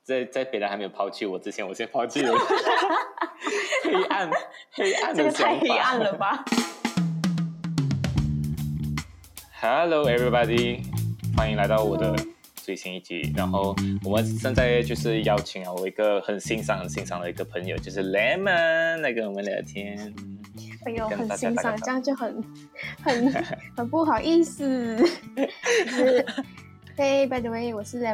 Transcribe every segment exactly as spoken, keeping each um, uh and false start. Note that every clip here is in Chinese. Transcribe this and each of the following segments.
在在别人还没有抛弃我之前，我先抛弃了黑暗黑暗的想法，这个太黑暗了吧 ？Hello everybody， 欢迎来到我的最新一集。然后我们现在就是邀请了我一个很欣赏、很欣赏的一个朋友，就是 Lemon 来跟我们聊天。 哎呦，很欣赏，这样就很很很不好意思。就是Hey, by the way， 我是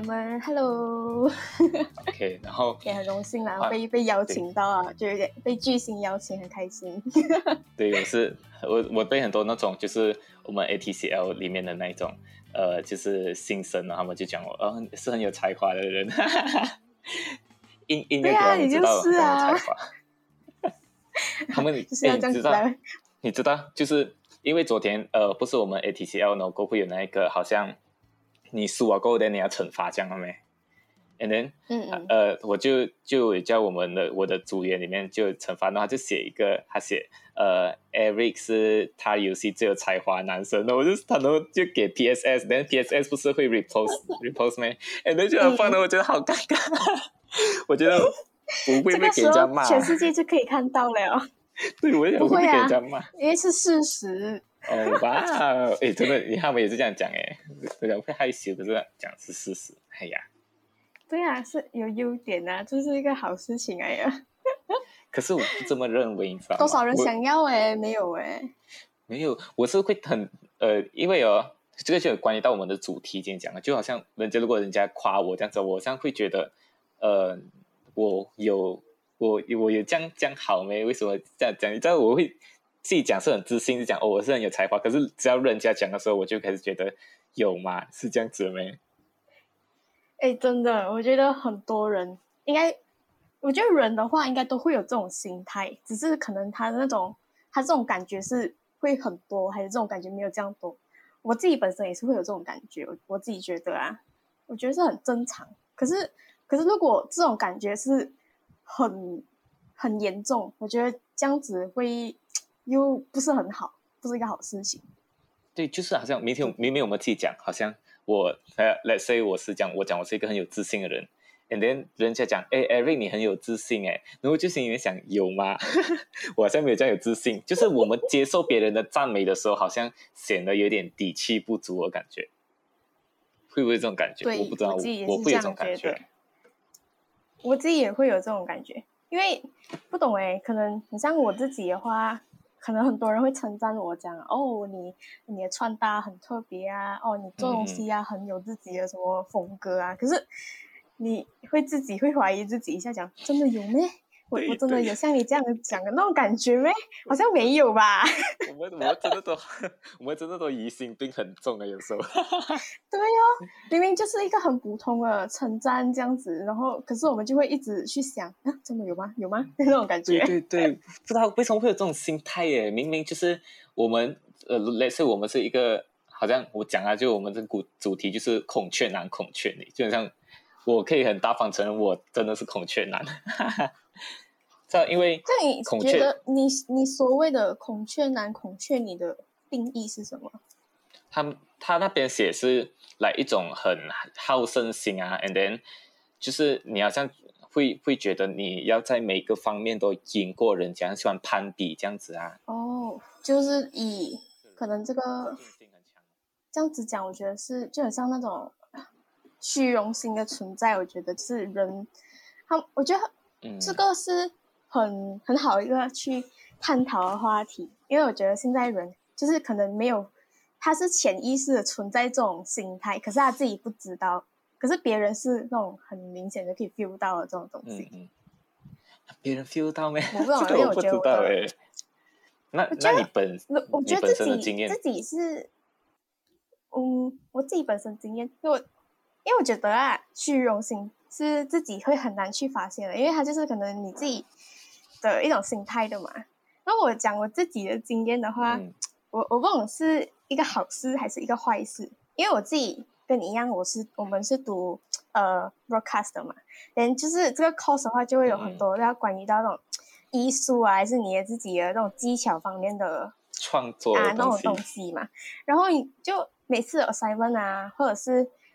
Lemon。Hello。OK， 然后也很荣幸啦，啊、被被邀请到啊，就有点被巨星邀请，很开心。 对，我是我我被很多那种就是我们 A T C L 里面的那一种呃，就是新生啊，他们就讲我呃是很有才华的人，应应该给他们知道很有才华。他们就是要这样子、欸、 你知道你知道就是因为昨天呃不是我们 A T C L 呢，过后有那一个好像你输了过后你要惩罚这样了没 ？And then 嗯嗯呃我就就叫我们的我的组员里面就惩罚，然后他就写一个，他写呃 Eric 是他游戏最有才华的男生，然后我就他都就给 P S S， P S S 不是会 repost repost 吗 ？And then 就很放的，我觉得好尴尬，我觉得我会不会给人家骂？ 全世界就可以看到了。 对，我也不会给人家骂， 因为是事实。 哦哇，哎，真的，你他们也是这样讲哎，对的，会害羞，可是讲是事实。哎呀， 对啊，是有优点啊，这是一个好事情哎呀。 可是我不这么认为，你知道吗？ 多少人想要哎，没有哎， 没有，我是会很呃，因为哦，这个就有关系到我们的主题今天讲的，就好像人家如果人家夸我这样子，我这样会觉得，呃，我有我我有这样这样好没？为什么这样讲？你知道我会。自己讲是很自信，是讲哦我是很有才华，可是只要人家讲的时候，我就开始觉得有吗？是这样子没？ 哎，真的，我觉得很多人应该，我觉得人的话应该都会有这种心态，只是可能他的那种他这种感觉是会很多，还是这种感觉没有这样多。我自己本身也是会有这种感觉，我我自己觉得啊，我觉得是很正常。可是可是如果这种感觉是很很严重，我觉得这样子会。又不是很好，不是一个好事情。 对，就是好像明天明明我们自己讲，好像我呃 let's say 我是讲我讲我是一个很有自信的人 ，and then 人家讲哎 Eric 你很有自信哎，然后就心里面想有吗？我好像没有这样有自信，就是我们接受别人的赞美的时候，好像显得有点底气不足的感觉，会不会这种感觉？ 对， 我不知道， 我自己也我会有这种感觉。 我自己也会有这种感觉，因为不懂哎，可能你像我自己的话。可能很多人会称赞我讲哦，你你的穿搭很特别啊，哦，你做东西啊、嗯、很有自己的什么风格啊。可是你会自己会怀疑自己一下，讲真的有咩？我我真的有像你这样讲的那种感觉咩？好像没有吧？ 我们我们真的都我们真的都疑心病很重啊，有时候。 对哦，明明就是一个很普通的称赞这样子，然后可是我们就会一直去想啊，真的有吗？有吗？那种感觉。 对对对，不知道为什么会有这种心态耶？明明就是我们呃，类似我们是一个，好像我讲啊，就我们这主主题就是孔雀男孔雀女，就好像我可以很大方承认我真的是孔雀男。这因为那你觉得你你所谓的孔雀男孔雀女的定义是什么？ 他他那边写是来一种很好胜心啊 ，and then 就是你好像会会觉得你要在每个方面都赢过人家，喜欢攀比这样子啊。 哦，就是以可能这个这样子讲，我觉得是就很像那种虚荣心的存在。我觉得是人，他我觉得这个是很很好一个去探讨的话题，因为我觉得现在人就是可能没有。他是潜意识的存在这种心态，可是他自己不知道，可是别人是那种很明显的可以 feel 到的这种东西。 嗯嗯，别人 feel 到没？ 我不知道， 这个我不知道哎。那那你本我觉得自己自己是，嗯，我自己本身经验，因为我因为我觉得啊，虚荣心是自己会很难去发现的，因为它就是可能你自己的一种心态的嘛。那我讲我自己的经验的话，嗯、我我不懂是一个好事还是一个坏事，因为我自己跟你一样，我是我们是读呃 broadcast 的嘛，然就是这个 course 的话，就会有很多要关于到那种艺术啊，还是你的自己的那种技巧方面的创作啊那种东西嘛。然后你就每次 assignment 啊，或者是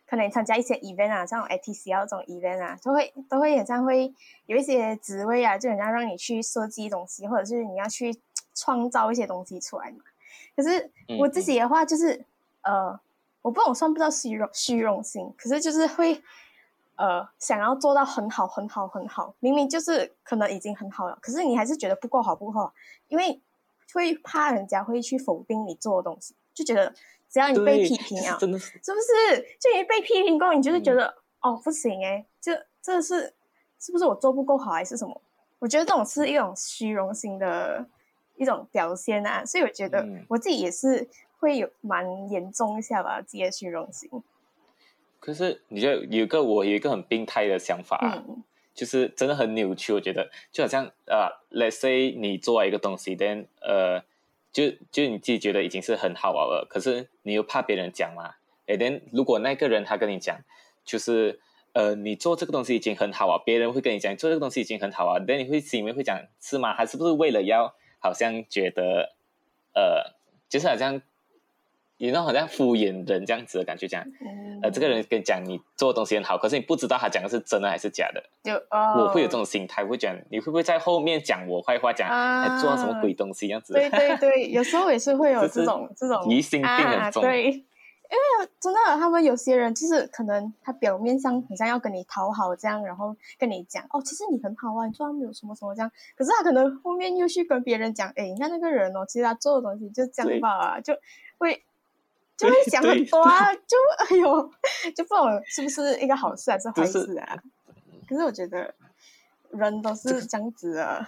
可能参加一些 event 啊，像 A T C L 这种 event 啊，都会都会很像会有一些职位啊，就很像让你去设计东西，或者是你要去创造一些东西出来嘛。可是我自己的话就是、嗯、呃，我不懂算不知道虚荣虚荣心，可是就是会呃想要做到很好很好很好，明明就是可能已经很好了，可是你还是觉得不够好不够好，因为会怕人家会去否定你做的东西，就觉得只要你被批评啊， 真的是是不是？就你被批评过，你就是觉得、嗯、哦不行哎，这这是是不是我做不够好还是什么？我觉得这种是一种虚荣心的一种表现啊，所以我觉得我自己也是会有蛮严重一下吧，自己的虚荣心。 可是你就有一个我有一个很病态的想法、啊嗯、就是真的很扭曲，我觉得就好像呃 let's say 你做完一个东西 then 呃就就你自己觉得已经是很好了，可是你又怕别人讲嘛， and then 如果那个人他跟你讲就是呃你做这个东西已经很好了，别人会跟你讲做这个东西已经很好了， then 你会心里面会讲是吗？还是不是为了要好像觉得呃就是好像有那种好像敷衍人这样子的感觉，这样、嗯、呃，这个人跟你讲你做的东西很好，可是你不知道他讲的是真的还是假的， 就、哦、 我会有这种心态，会讲你会不会在后面讲我坏话，讲、啊、还做什么鬼东西这样子。 对对对，有时候也是会有这种这种疑心病很重、 啊、对，因为真的他们有些人就是可能他表面上很像要跟你讨好这样，然后跟你讲哦其实你很好啊，你做到没有什么什么这样，可是他可能后面又去跟别人讲，哎你看那个人哦，其实他做的东西就这样吧、啊，就会就会想很多啊，就哎呦，就不懂是不是一个好事还是坏事啊？就是、可是我觉得人都是这样子的，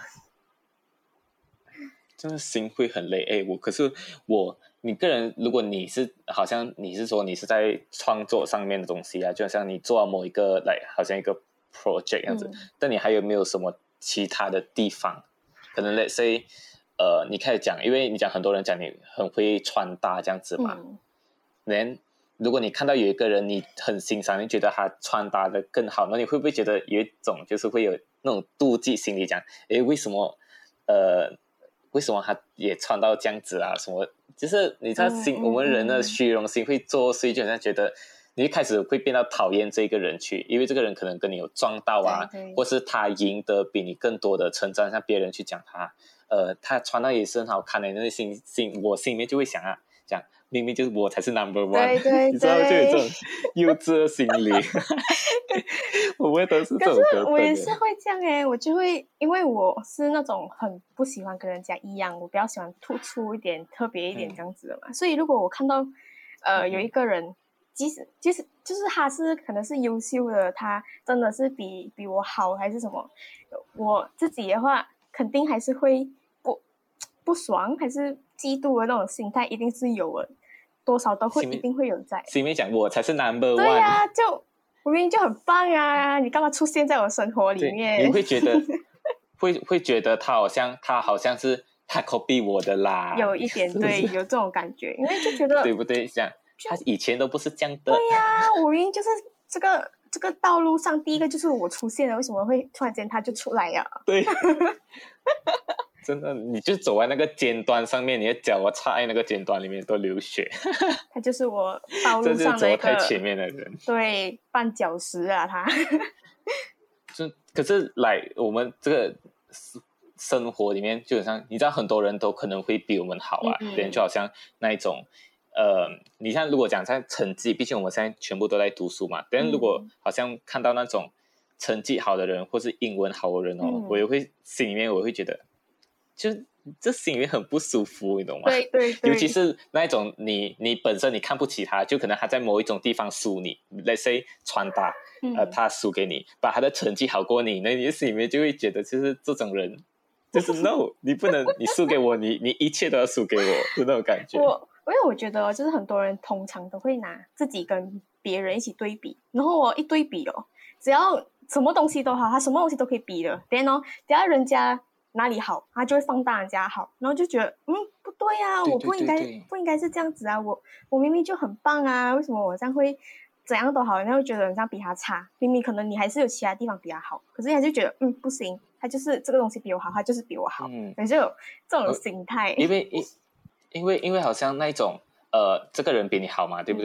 真的心会很累。哎，我可是我，你个人，如果你是好像你是说你是在创作上面的东西啊，就像你做某一个来，好像一个 project 这样子、嗯，但你还有没有什么其他的地方？可能 let's say， 呃，你开始讲，因为你讲很多人讲你很会穿搭这样子嘛。嗯then 如果你看到有一个人你很欣赏，你觉得他穿搭的更好，那你会不会觉得有一种就是会有那种妒忌心理，讲诶为什么呃为什么他也穿到这样子啊什么，就是你知道心、嗯、我们人的虚荣心会作祟，就好像觉得你一开始会变到讨厌这个人去，因为这个人可能跟你有撞到啊，或是他赢得比你更多的称赞，像别人去讲他呃他穿到也是很好看的，那心心我心里面就会想啊，讲明明就是我才是 number one， 对对对， 你知道就有这种幼稚的心理。我们都是这种， 可是我也是会这样哎、欸，我就会因为我是那种很不喜欢跟人家一样，我比较喜欢突出一点、特别一点这样子的嘛。嗯、所以如果我看到呃有一个人，即使即使就是他是可能是优秀的，他真的是比比我好还是什么，我自己的话肯定还是会不不爽，还是嫉妒的那种心态，一定是有的。多少都会一定会有在心里面讲我才是 number one， 对啊，就我明明就很棒啊，你干嘛出现在我生活里面？ 你会觉得会会觉得他好像他好像是他 copy 我的啦， 有一点对，有这种感觉，因为就觉得对不对？像他以前都不是这样的。 对呀、啊，我明明就是这个这个道路上第一个就是我出现了，为什么会突然间他就出来呀、啊？ 对。真的，你就走在那个尖端上面，你的脚啊插在那个尖端里面都流血。 他就是我道路上的一个， 这是走太前面的人， 对，绊脚石啊，他。 就可是来我们这个生活里面，就好像你知道，很多人都可能会比我们好啊，别、嗯、人就好像那一种，呃，你像如果讲在成绩，毕竟我们现在全部都在读书嘛，但如果好像看到那种成绩好的人，或是英文好的人哦，嗯、我也会心里面我会觉得。就这心里面很不舒服，你懂吗？ 对对对， 尤其是那一种你你本身你看不起他，就可能他在某一种地方输你 ，let's say 穿搭，嗯、呃，他输给你，把他的成绩好过你，那你心里面就会觉得，就是这种人，就是 no， 你不能，你输给我，你你一切都要输给我，就那种感觉。 我因为我觉得，就是很多人通常都会拿自己跟别人一起对比，然后我一对比哦，只要什么东西都好，他什么东西都可以比的，等哦，等下人家。哪里好，他就会放大人家好，然后就觉得，嗯，不对啊， 对对对对， 我不应该不应该是这样子啊，我我明明就很棒啊，为什么我这样会怎样都好，然后会觉得人家比他差，明明可能你还是有其他地方比他好，可是你还是觉得，嗯，不行，他就是这个东西比我好，他就是比我好，嗯，你就有这种心态， 因为因因为因为好像那种呃，这个人比你好嘛，对不对？嗯、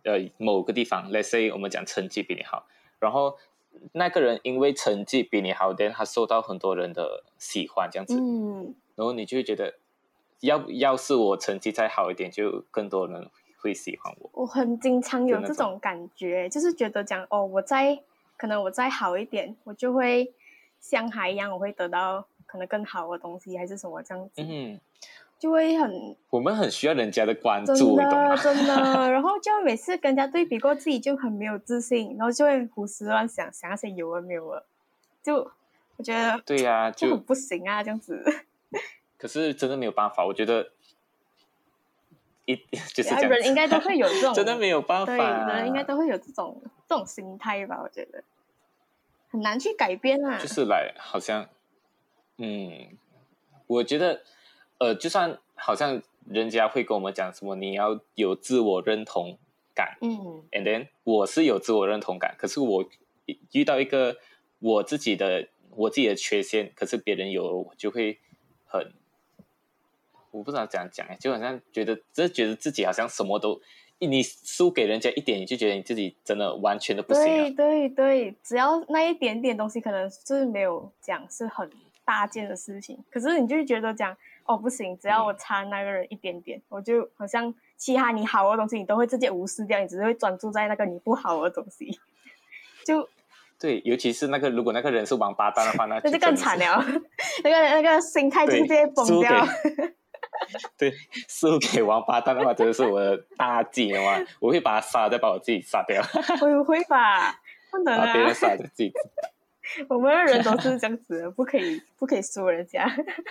呃某个地方 let's say 我们讲成绩比你好，然后那个人因为成绩比你好，但他受到很多人的喜欢这样子， 嗯， 然后你就会觉得要要是我成绩再好一点，就更多人会喜欢我。 我很经常有这种感觉，就是觉得讲哦，我再可能我再好一点，我就会像他一样，我会得到可能更好的东西，还是什么这样子， 嗯， 就会很我们很需要人家的关注， 真你懂吗？ 的真的，然后就每次跟人家对比过，自己就很没有自信，然后就会胡思乱想，想那些有了没有了，就我觉得对呀、啊， 就很不行啊，这样子。 可是真的没有办法，我觉得一就是这样子， 人应该都会有这种， 真的没有办法， 对，人应该都会有这种这种心态吧，我觉得很难去改变啊。 就是来好像，嗯，我觉得，呃，就算好像人家会跟我们讲什么，你要有自我认同感， 嗯 ，and then 我是有自我认同感，可是我遇到一个我自己的我自己的缺陷，可是别人有，我就会很。我不知道怎样讲，就好像觉得这觉得自己好像什么都，你输给人家一点，你就觉得你自己真的完全的不行、啊。 对对对，只要那一点点东西，可能是没有讲是很大件的事情，可是你就觉得讲哦不行，只要我差那个人一点点，嗯、我就好像其他你好的东西，你都会直接无视掉，你只是会专注在那个你不好的东西，就。 对，尤其是那个，如果那个人是王八蛋的话，那就更惨了，那个那个心态就直接崩掉。 对，输给王八蛋的话，真的是我的大忌的话，我会把他杀，再把我自己杀掉。 会会吧？不能啊！ 把别人杀掉自己。 我们的人都是这样子的，不可以不可以输人家。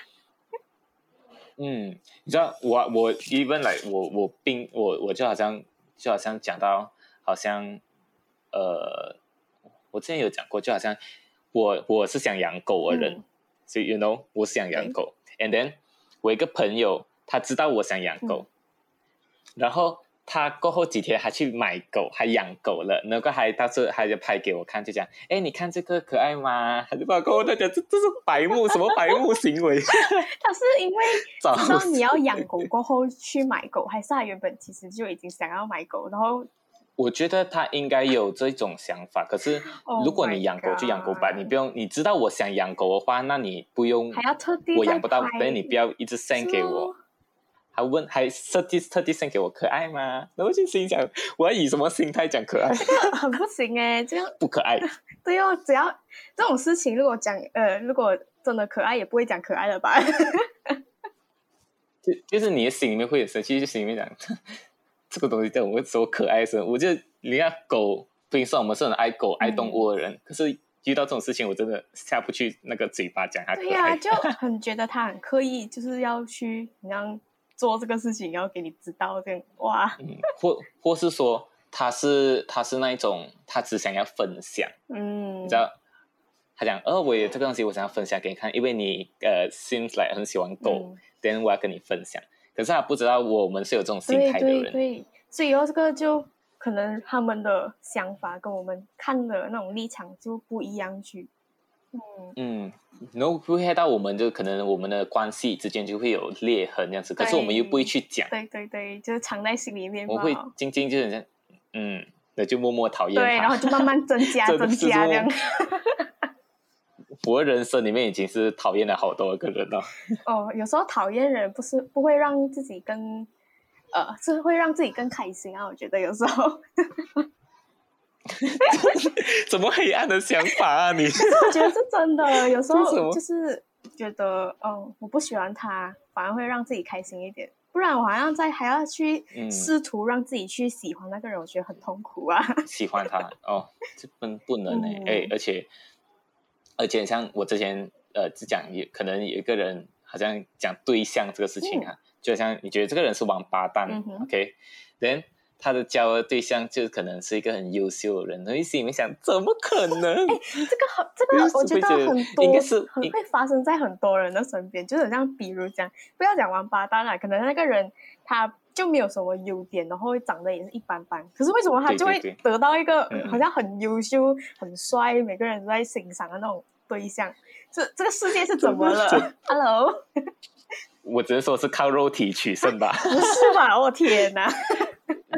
嗯，你知道我我 even 来、like, 我我并我我就好像就好像讲到好像呃，我之前有讲过，就好像我我是想养狗的人，所以、嗯 so, you know 我是想养狗 ，and then 我一个朋友他知道我想养狗，嗯、然后他过后几天还去买狗，还养狗了，那个还到时候还就拍给我看，就讲，哎，你看这个可爱吗？他就把跟我讲，这这是白目，什么白目行为？ 他是因为知道你要养狗过后去买狗，还是他原本其实就已经想要买狗，然后？ 我觉得他应该有这种想法，可是如果你养狗就养狗吧， oh、你不用，你知道我想养狗的话，那你不用， 还要特地我养不到，但你不要一直 send 给我。还问还特地特地 send 给我可爱吗？然后就心想，我要以什么心态讲可爱？ 这个很不行哎、欸，这样不可爱。 对哦，只要这种事情，如果讲呃，如果真的可爱，也不会讲可爱了吧？ 就就是你的心里面会很生气，就心里面讲这个东西叫我们说可爱生，我就你看狗，平时我们是很爱狗、爱动物的人，嗯、可是遇到这种事情，我真的下不去那个嘴巴讲它可爱。 对呀、啊，就很觉得他很刻意，就是要去你像。做这个事情要给你知道，这样哇， 嗯，或或是说他是他是那一种，他只想要分享，嗯，你知道，他讲，哦，我有这个东西，我想要分享给你看，因为你呃 seems like 很喜欢狗，then、嗯、我要跟你分享，可是他不知道我们是有这种心态的人， 对对对，所以以后这个就可能他们的想法跟我们看的那种立场就不一样去。 嗯，然后会害到我们，就可能我们的关系之间就会有裂痕这样子，可是我们又不会去讲， 对对对，就是藏在心里面。 我会静静就很像，嗯，那就默默讨厌他， 对，然后就慢慢增加增加这样。 我的人生里面已经是讨厌了好多个人了。 哦，有时候讨厌人不是不会让自己更，呃，是会让自己更开心啊。我觉得有时候。 怎么黑暗的想法啊你？ 可是我觉得是真的，有时候就是觉得，嗯，我不喜欢他，反而会让自己开心一点。不然我好像在还要去试图让自己去喜欢那个人，我觉得很痛苦啊。 喜欢他哦，这不不能哎、欸嗯欸，而且而且像我之前呃只讲，也可能有一个人好像讲对象这个事情啊，嗯、就好像你觉得这个人是王八蛋、嗯、，OK，then、okay? 他的交的对象就可能是一个很优秀的人，然后心里面想，怎么可能？哎、 欸，这个很，这个我觉得很多，应该是很会发生在很多人的身边，就是像比如讲，不要讲王八蛋啦，可能那个人他就没有什么优点，然后长得也是一般般，可是为什么他就会得到一个好像很优秀、很帅，每个人都在欣赏的那种对象？这这个世界是怎么了 ？Hello， 我只能说是靠肉体取胜吧？ 不是吧？我天哪！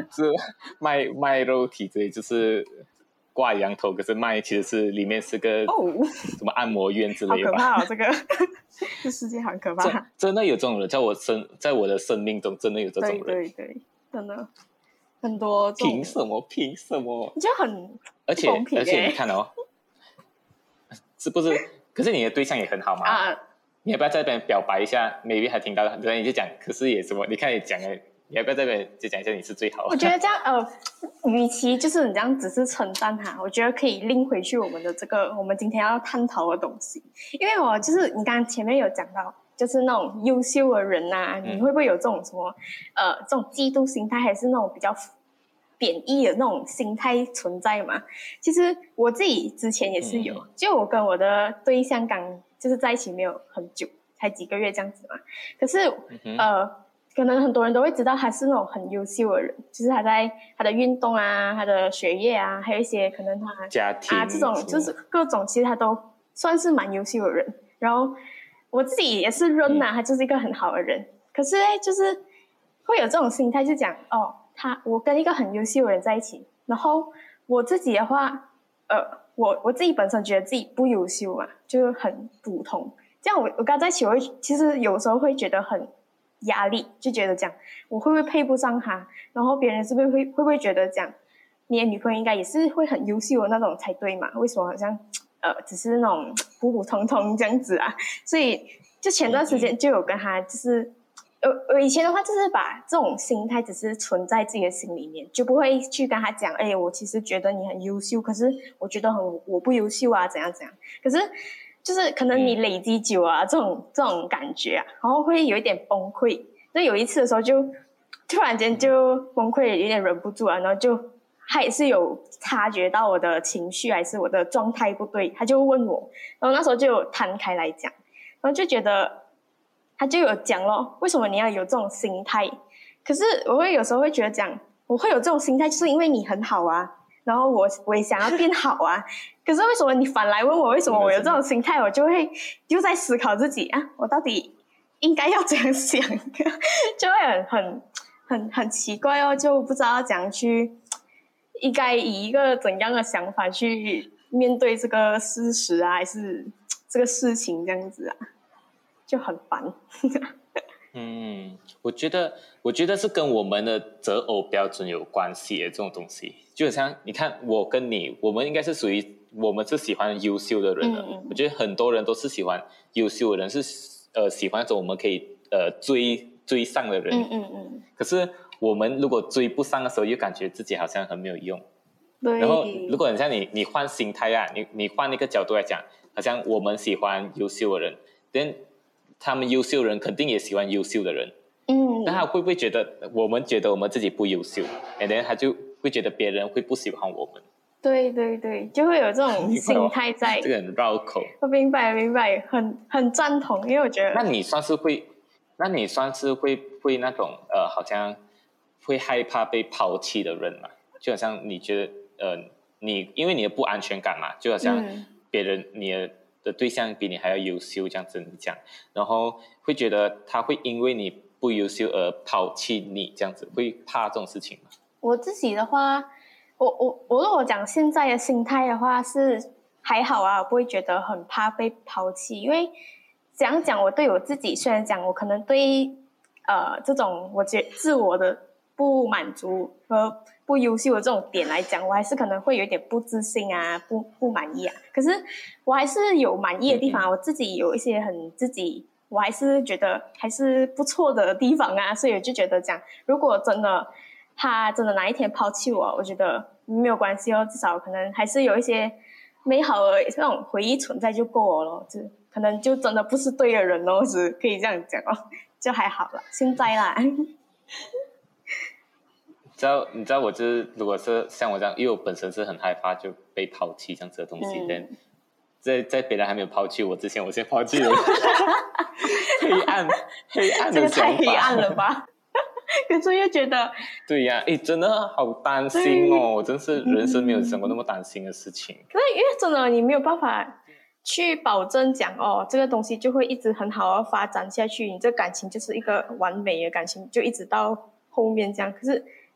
是卖卖肉体之类，就是挂羊头，可是卖其实是里面是个什么按摩院之类的吧。 好可怕哦，这个这世界很可怕。 真的有这种人，在我生在我的生命中真的有这种人。 对对对，真的很多这种。 凭什么？凭什么？ 就很而且不公平欸而且你看哦，是不是？可是你的对象也很好嘛。 啊， 你要不要在这边表白一下 ？maybe 还听到，然后你就讲，可是也什么？你看你讲了，你要不要在这边就讲一下你是最好的？ 我觉得这样呃，与其就是你这样只是称赞他，我觉得可以拎回去我们的这个我们今天要探讨的东西。因为我就是你刚刚前面有讲到，就是那种优秀的人呐、啊，你会不会有这种什么呃这种嫉妒心态，还是那种比较贬义的那种心态存在嘛？其实我自己之前也是有，嗯、就我跟我的对象刚就是在一起没有很久，才几个月这样子嘛。可是、嗯、呃，可能很多人都会知道他是那种很优秀的人，就是他在他的运动啊、他的学业啊，还有一些可能他家庭啊这种就是各种，其实他都算是蛮优秀的人。然后我自己也是认呐、嗯，他就是一个很好的人。可是呢，就是会有这种心态，就讲哦。他我跟一个很优秀的人在一起，然后我自己的话，呃，我我自己本身觉得自己不优秀嘛，就很普通。这样我我跟他在一起，我会其实有时候会觉得很压力，就觉得讲我会不会配不上他，然后别人是不是会会不会觉得讲你的女朋友应该也是会很优秀的那种才对嘛？为什么好像呃只是那种普普通通这样子啊？所以就前段时间就有跟他就是。我我以前的话就是把这种心态只是存在自己的心里面，就不会去跟他讲，哎，我其实觉得你很优秀，可是我觉得很我不优秀啊，怎样怎样。可是就是可能你累积久啊，这种这种感觉啊，然后会有一点崩溃。那有一次的时候就突然间就崩溃，有点忍不住啊，然后就他也是有察觉到我的情绪还是我的状态不对，他就问我，然后那时候就有摊开来讲，然后就觉得。他就有讲咯，为什么你要有这种心态？可是我会有时候会觉得讲，我会有这种心态，就是因为你很好啊，然后我我也想要变好啊。可是为什么你反来问我为什么我有这种心态？我就会就在思考自己啊，我到底应该要怎样想？就会很很很很奇怪哦，就不知道怎样去，应该以一个怎样的想法去面对这个事实啊，还是这个事情这样子啊？就很烦。 嗯，我觉得，我觉得是跟我们的择偶标准有关系的这种东西。就好像你看，我跟你，我们应该是属于我们是喜欢优秀的人的。嗯嗯，我觉得很多人都是喜欢优秀的人，是呃喜欢那种我们可以呃追追上的人。嗯嗯嗯。可是我们如果追不上的时候，又感觉自己好像很没有用。 对。 然后，如果你像你，你换心态啊，你你换一个角度来讲，好像我们喜欢优秀的人，但他们优秀的人肯定也喜欢优秀的人，嗯，那他会不会觉得我们觉得我们自己不优秀，然后他就会觉得别人会不喜欢我们？ 对对对，就会有这种心态在。 这个很绕口。 我明白明白，很很赞同，因为我觉得。 那你算是会，那你算是会会那种呃，好像会害怕被抛弃的人嘛？就好像你觉得呃，你因为你的不安全感嘛，就好像别人、嗯、你的。的对象比你还要优秀，这样子你讲，然后会觉得他会因为你不优秀而抛弃你，这样子会怕这种事情吗？ 我自己的话，我我我如果讲现在的心态的话是还好啊，我不会觉得很怕被抛弃，因为怎样讲，我对我自己虽然讲我可能对呃这种我觉自我的不满足和不优秀的这种点来讲，我还是可能会有一点不自信啊，不不满意啊。可是我还是有满意的地方，嗯嗯，我自己有一些很自己，我还是觉得还是不错的地方啊。所以我就觉得讲，如果真的他真的哪一天抛弃我，我觉得没有关系哦，至少可能还是有一些美好的那种回忆存在就够了咯。就可能就真的不是对的人哦，是可以这样讲哦，就还好了。现在啦。 你知道，你知道我就是，如果是像我这样，因为我本身是很害怕就被抛弃这样子的东西，但、嗯、在在别人还没有抛弃我之前，我先抛弃了黑暗黑暗的想法，这个太黑暗了吧？可是又觉得， 对呀、啊，哎，真的好担心哦！我真是人生没有想过那么担心的事情。嗯、 可是因为真的你没有办法去保证讲哦，这个东西就会一直很好的发展下去，你这感情就是一个完美的感情，就一直到后面这样。可是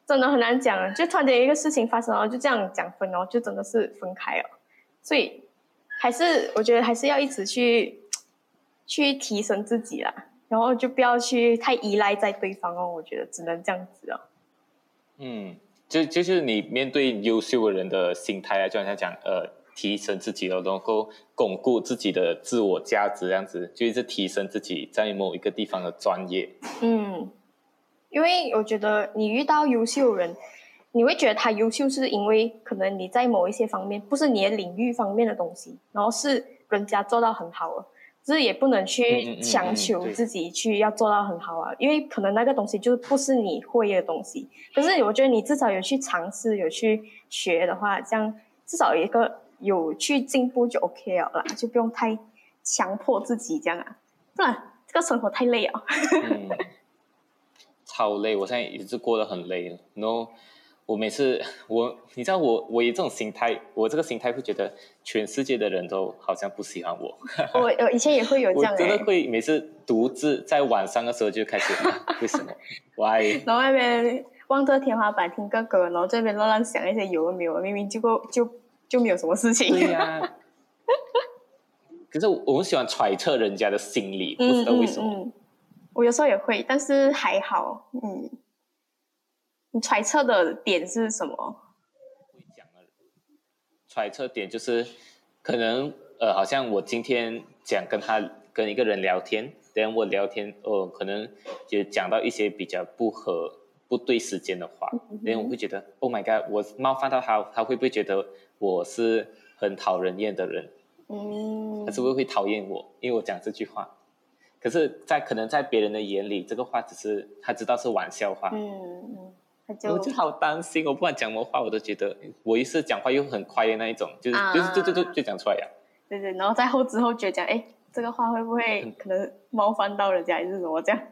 真的很难讲，就突然间一个事情发生了，就这样讲分哦，就真的是分开了。所以还是我觉得还是要一直去去提升自己啦，然后就不要去太依赖在对方哦。我觉得只能这样子哦。 嗯，就就是你面对优秀的人的心态啊，就好像讲呃，提升自己了，然后巩固自己的自我价值，这样子就一直提升自己在某一个地方的专业。 嗯，因为我觉得你遇到优秀的人，你会觉得他优秀是因为可能你在某一些方面不是你的领域方面的东西，然后是人家做到很好了。就是也不能去强求自己去要做到很好啊，因为可能那个东西就不是你会的东西。可是我觉得你至少有去尝试，有去学的话，这样至少有一个有去进步就 OK 了啦，就不用太强迫自己这样啊，不然这个生活太累了。 嗯，超累，我现在也是过得很累，然后我每次我你知道我我有这种心态，我这个心态会觉得全世界的人都好像不喜欢我。 我我以前也会有这样、欸， 我真的会每次独自在晚上的时候就开始为什么 why， 然后外面望着天花板听个歌，然后这边乱乱想一些有的没有的，明明就就就没有什么事情。 对呀、啊。可是我很喜欢揣测人家的心理，不知道为什么。 嗯嗯嗯、我有时候也会，但是还好。嗯，你揣测的点是什么？ 会讲的揣测点就是可能呃，好像我今天讲跟他跟一个人聊天，等我聊天哦、呃，可能就讲到一些比较不合不对时间的话，然后我会觉得 Oh my God， 我冒犯到他，他会不会觉得我是很讨人厌的人？嗯，他是不是会讨厌我？因为我讲这句话，可是在可能在别人的眼里，这个话只是他知道是玩笑话。嗯嗯，他就我就好担心，我不管讲什么话，我都觉得我一次讲话又很快的那一种，就是、啊、就是就就就就讲出来呀。 对对，然后在后之后觉得讲，哎，这个话会不会可能冒犯到人家，还是什么这样？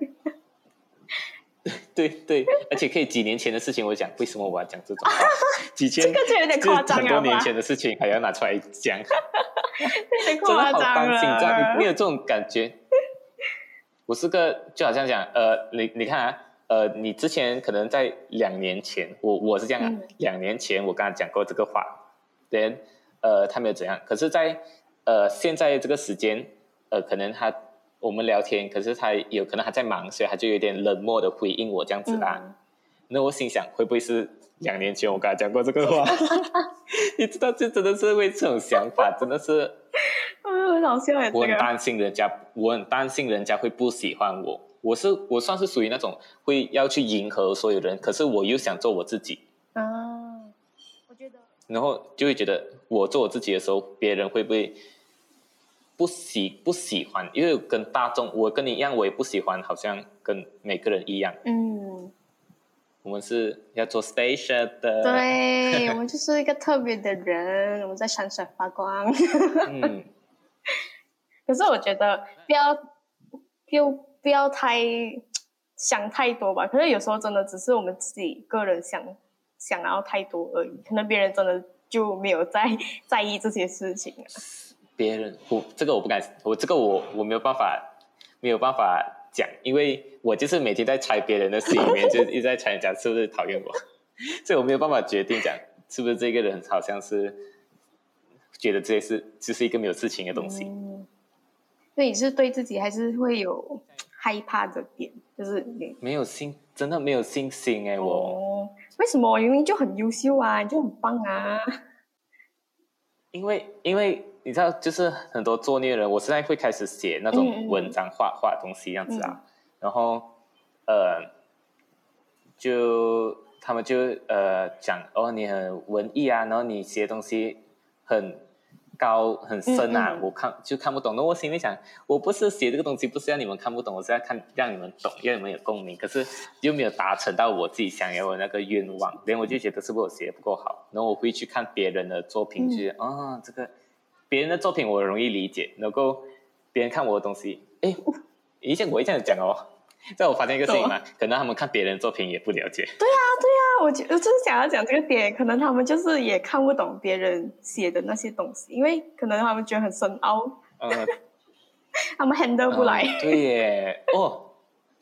对对，而且可以几年前的事情，我讲为什么我要讲这种话？几千这个就有点夸张了吧？ 很多年前的事情还要拿出来讲， 有点夸张了。真的好担心， 这样你有这种感觉？我是个就好像讲，呃，你你看啊，呃，你之前可能在两年前，我我是这样啊，嗯、两年前我跟他讲过这个话，then 呃他没有怎样，可是在呃现在这个时间，呃可能他。我们聊天，可是他有可能他在忙，所以他就有点冷漠的回应我这样子啦。嗯、那我心想，会不会是两年前我跟他讲过这个话？你知道，这真的是会这种想法，真的是， 很好笑耶。 我很担心人家，我很担心人家会不喜欢我。我是我算是属于那种会要去迎合所有人，可是我又想做我自己。啊，我觉得。然后就会觉得，我做我自己的时候，别人会不会？不喜不喜欢，因为跟大众，我跟你一样，我也不喜欢，好像跟每个人一样。嗯，我们是要做 special 的， 对，我们就是一个特别的人，我们在闪闪发光。嗯，可是我觉得不要就不要太想太多吧，可是有时候真的只是我们自己个人想想要太多而已，可能别人真的就没有在在意这些事情啊。 别人，我这个我不敢，我这个我我没有办法，没有办法讲，因为我就是每天在猜别人的心里面，就一直在猜人家是不是讨厌我，所以我没有办法决定讲是不是这个人好像是觉得这些是就是一个没有事情的东西。嗯， 所以你是对自己还是会有害怕的点，就是你没有信，真的没有信心哎、欸，我、 哦、为什么？明明就很优秀啊，你就很棒啊。 因为因为你知道，就是很多作孽人，我现在会开始写那种文章、画画东西这样子啊，嗯、然后呃，就他们就呃讲哦，你很文艺啊，然后你写东西很高很深啊，嗯嗯我看就看不懂。那我心里想，我不是写这个东西，不是让你们看不懂，我是要看让你们懂，让你们有共鸣。可是又没有达成到我自己想要的那个愿望，连我就觉得是不是我写的不够好。然后我会去看别人的作品，就觉得啊、嗯哦，这个别人的作品我容易理解，能够别人看我的东西，哎，以前我会这样讲哦。在我发现一个事情嘛，可能他们看别人的作品也不了解。 对啊，对啊，我就就是想要讲这个点，可能他们就是也看不懂别人写的那些东西，因为可能他们觉得很深奥，呃、他们 handle 不来。 呃、对耶，哦，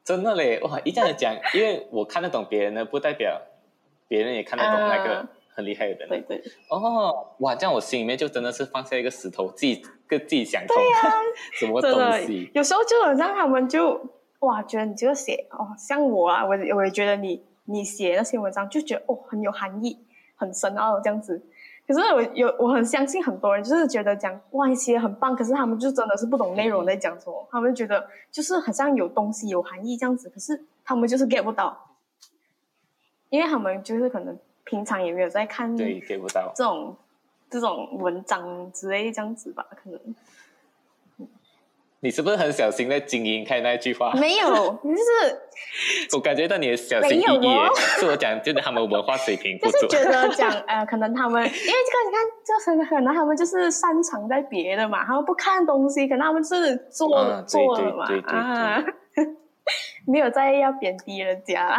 真的嘞，哇！一这样讲，因为我看得懂别人的，不代表别人也看得懂那个很厉害的人。 对对。 哦，哇！这样我心里面就真的是放下一个石头，自己跟自己想通。 对呀、啊， 什么东西？ 有时候就很让他们就哇，觉得你这个写哦，像我啊，我我也觉得你你写那些文章就觉得哦很有含义，很深奥这样子。可是我有我很相信很多人就是觉得讲哇你写得很棒，可是他们就真的是不懂内容在讲什么，嗯、他们就觉得就是好像有东西有含义这样子，可是他们就是 get 不到，因为他们就是可能平常也没有在看对 get 不到这种这种文章之类这样子吧，可能。 你是不是很小心在经营开那句话？ 没有，就是我感觉到你的小心翼翼， 哦、 是我讲就是他们文化水平不足， 就是觉得讲呃，可能他们因为这个你看，就是可能他们就是擅长在别的嘛，他们不看东西，可能他们是做、 嗯、 做了嘛， 对对对对对啊，没有在要贬低人家。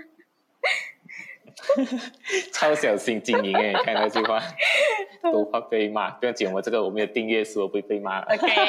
超小心经营哎，你看那句话，都怕被骂。不要紧，我这个我没有订阅数，我不会被骂。 OK 。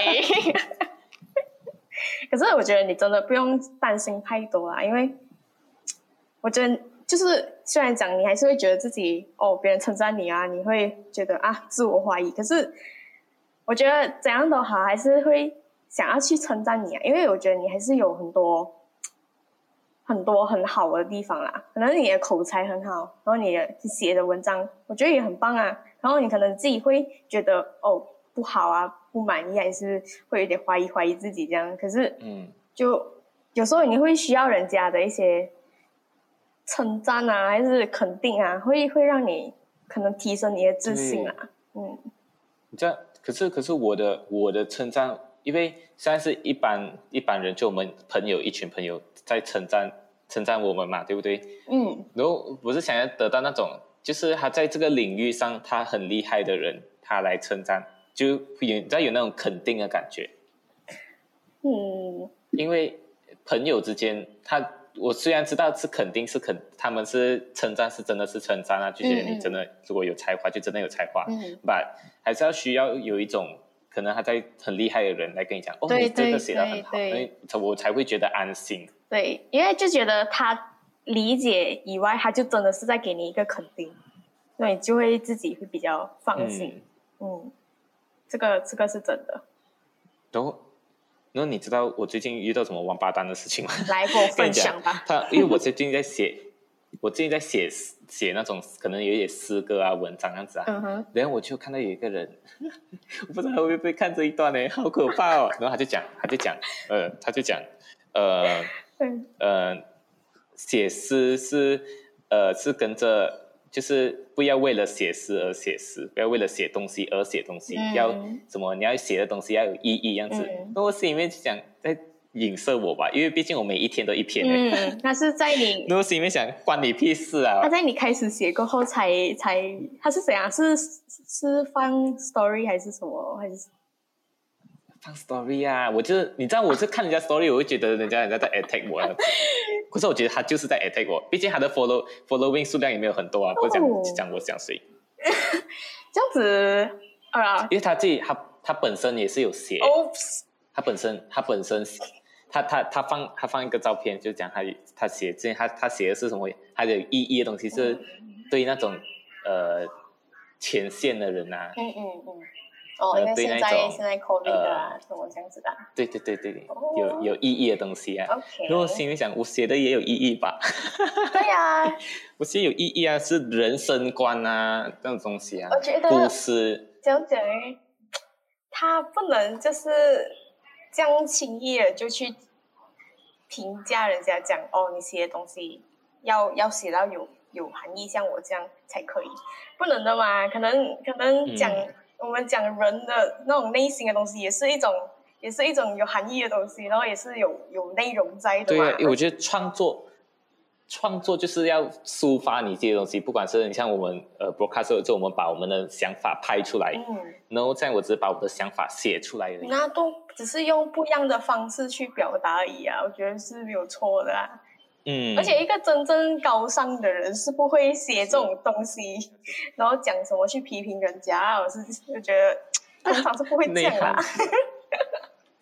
可是我觉得你真的不用担心太多啦，因为我觉得就是虽然讲你还是会觉得自己哦，别人称赞你啊，你会觉得啊自我怀疑。可是我觉得怎样都好，还是会想要去称赞你啊，因为我觉得你还是有很多很多很好的地方啦。可能你的口才很好，然后你的写的文章我觉得也很棒啊。然后你可能自己会觉得哦不好啊，不满意，还是会有点怀疑怀疑自己这样。可是，嗯，就有时候你会需要人家的一些称赞啊，还是肯定啊，会会让你可能提升你的自信啊。嗯， 你这样，可是可是我的我的称赞，因为现在是一般一般人，就我们朋友一群朋友在称赞称赞我们嘛，对不对？嗯，然后我是想要得到那种，就是他在这个领域上他很厉害的人，他来称赞。就有你知道有那种肯定的感觉，嗯，因为朋友之间，他我虽然知道是肯定是肯，他们是称赞是真的是称赞啊，就觉得你真的、嗯、如果有才华就真的有才华，嗯 ，but 还是要需要有一种可能他在很厉害的人来跟你讲，哦，你这个写得很好，所以我才会觉得安心。 对，因为就觉得他理解以外，他就真的是在给你一个肯定，所以就会自己会比较放心，嗯。嗯，这个这个是真的。 然后，然后你知道我最近遇到什么王八蛋的事情吗？ 来给我分享吧。 他因为我最近在写，我最近在写写那种可能有一点诗歌啊、文章这样子啊。嗯哼。然后我就看到有一个人，我不知道他会不会看这一段呢，好可怕哦。然后他就讲，他就讲，呃，他就讲，呃，呃，写诗是呃是跟着。就是不要为了写诗而写诗，不要为了写东西而写东西，嗯、要什么？你要写的东西要有意义，这样子。嗯、那我心里面想在影射我吧，因为毕竟我每一天都一篇。 嗯，他是在你， 那我心里面想，关你屁事啊！ 他在你开始写过后才才，他是怎样？是是放 story 还是什么？还是？ 放 story 啊！我就是你知道，我是看人家 story， 我会觉得人家人家在 attack 我。可是我觉得他就是在 attack 我，毕竟他的 follow following 数量也没有很多啊，不是讲、哦、讲我讲谁。 这样子啊， 因为他自己他他本身也是有写，哦、他本身他本身他他他放他放一个照片，就讲他他写之前他他写的是什么，他的意义的东西是对那种呃前线的人啊，嗯嗯嗯。 哦，因为现在现在 COVID 啊、呃，什么这样子的、啊。 对对对对，哦、有有意义的东西啊。OK。然后我心里想，我写的也有意义吧？ 对呀、啊， 我写有意义啊，是人生观啊，这种东西啊。 我觉得故事。 讲讲，他不能就是这样轻易的就去评价人家讲哦，你写的东西要要写到有有含义，像我这样才可以，不能的嘛？可能可能讲。嗯我们讲人的那种内心的东西，也是一种，也是一种有含义的东西，然后也是有有内容在的嘛。 对啊，因为我觉得创作，创作就是要抒发你这些东西，不管是你像我们呃 broadcast 就我们把我们的想法拍出来，嗯，然后这样我只是把我的想法写出来而已。 那都只是用不一样的方式去表达而已啊，我觉得是没有错的啊。嗯，而且一个真正高尚的人是不会写这种东西，然后讲什么去批评人家，我是就觉得通常是不会这样啦。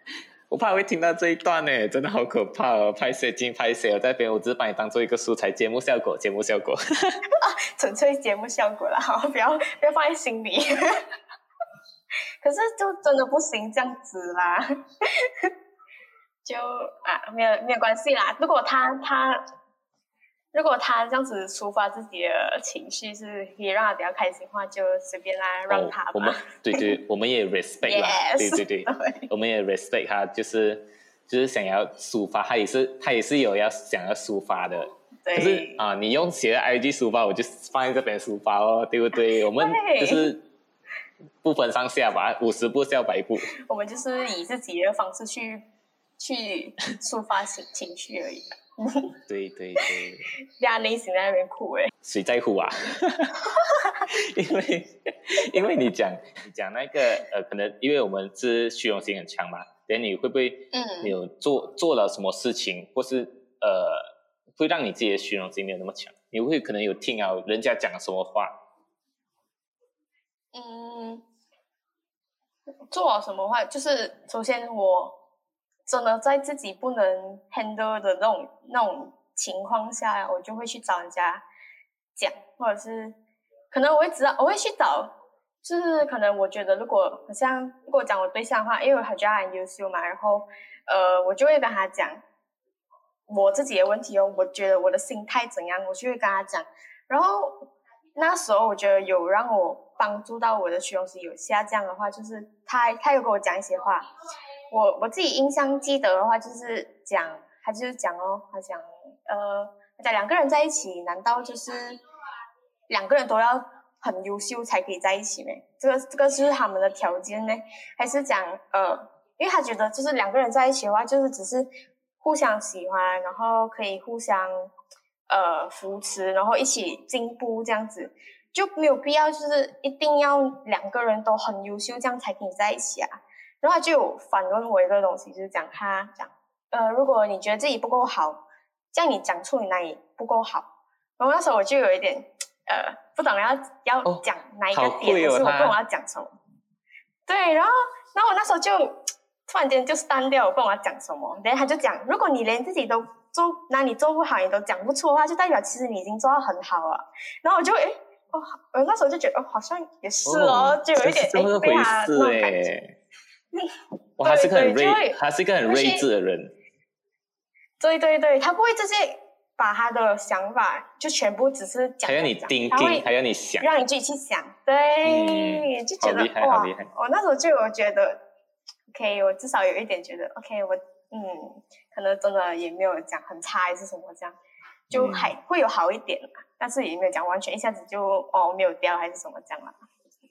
我怕会听到这一段呢，真的好可怕哦！拍摄进拍摄，我在边，我只是把你当做一个素材，节目效果，节目效果， 啊，纯粹节目效果啦，好，不要不要放在心里。可是就真的不行这样子啦，就啊，没有没有关系啦。如果他他。如果他这样子抒发自己的情绪是可以让他比较开心的话，就随便啦，让他吧。 哦、我们对对，我们也 respect 啦， yes, 对对对，对我们也 respect 他，就是就是想要抒发，他也是他也是有要想要抒发的。可是啊，你用写的 I G 抒发，我就放在这边抒发哦，对不对？我们就是不分上下吧，五十步笑百步。 我们就是以自己的方式去去抒发情情绪而已。 对对对， 压内心在那边哭哎， 谁在乎啊？因为因为你讲你讲那个呃，可能因为我们是虚荣心很强嘛，等你会不会嗯，你有做做了什么事情，或是呃，会让你自己的虚荣心没有那么强？你会可能有听啊人家讲什么话？ 嗯，做了什么话，就是首先我。真的在自己不能 handle 的那种那种情况下，我就会去找人家讲，或者是可能我会知道，我会去找，就是可能我觉得如果好像如果讲我对象的话，因为我觉得他很优秀嘛，然后呃，我就会跟他讲我自己的问题哦，我觉得我的心态怎样，我就会跟他讲，然后那时候我觉得有让我帮助到我的虚荣心有下降的话，就是他他有跟我讲一些话。我我自己印象记得的话，就是讲，他就是讲哦，他讲，呃，他讲两个人在一起，难道就是两个人都要很优秀才可以在一起呢？这个这个是他们的条件呢？还是讲，呃，因为他觉得就是两个人在一起的话，就是只是互相喜欢，然后可以互相呃扶持，然后一起进步这样子，就没有必要就是一定要两个人都很优秀，这样才可以在一起啊。然后他就有反问我一个东西，就是讲他讲，呃，如果你觉得自己不够好，这样你讲出你哪里不够好。然后那时候我就有一点，呃，不懂要要讲哪一个点，可、哦、是我不懂要讲什么。对，然后然后我那时候就突然间就删掉，我不懂要讲什么。然后他就讲，如果你连自己都做哪里做不好，你都讲不出的话，就代表其实你已经做到很好了。然后我就诶，哦，我那时候就觉得，哦，好像也是哦，哦就有一点诶被他那种感觉。 哇，他是个很睿，他是一个很睿智的人。 对对对，他不会直接把他的想法就全部只是讲， 还要你盯盯，还要你想， 让你自己去想。对，嗯、就觉得哇，我那时候就有觉得 ，OK， 我至少有一点觉得 ，OK， 我嗯，可能真的也没有讲很差还是什么这样，就还会有好一点啦，但是也没有讲完全一下子就哦没有掉还是什么这样啦。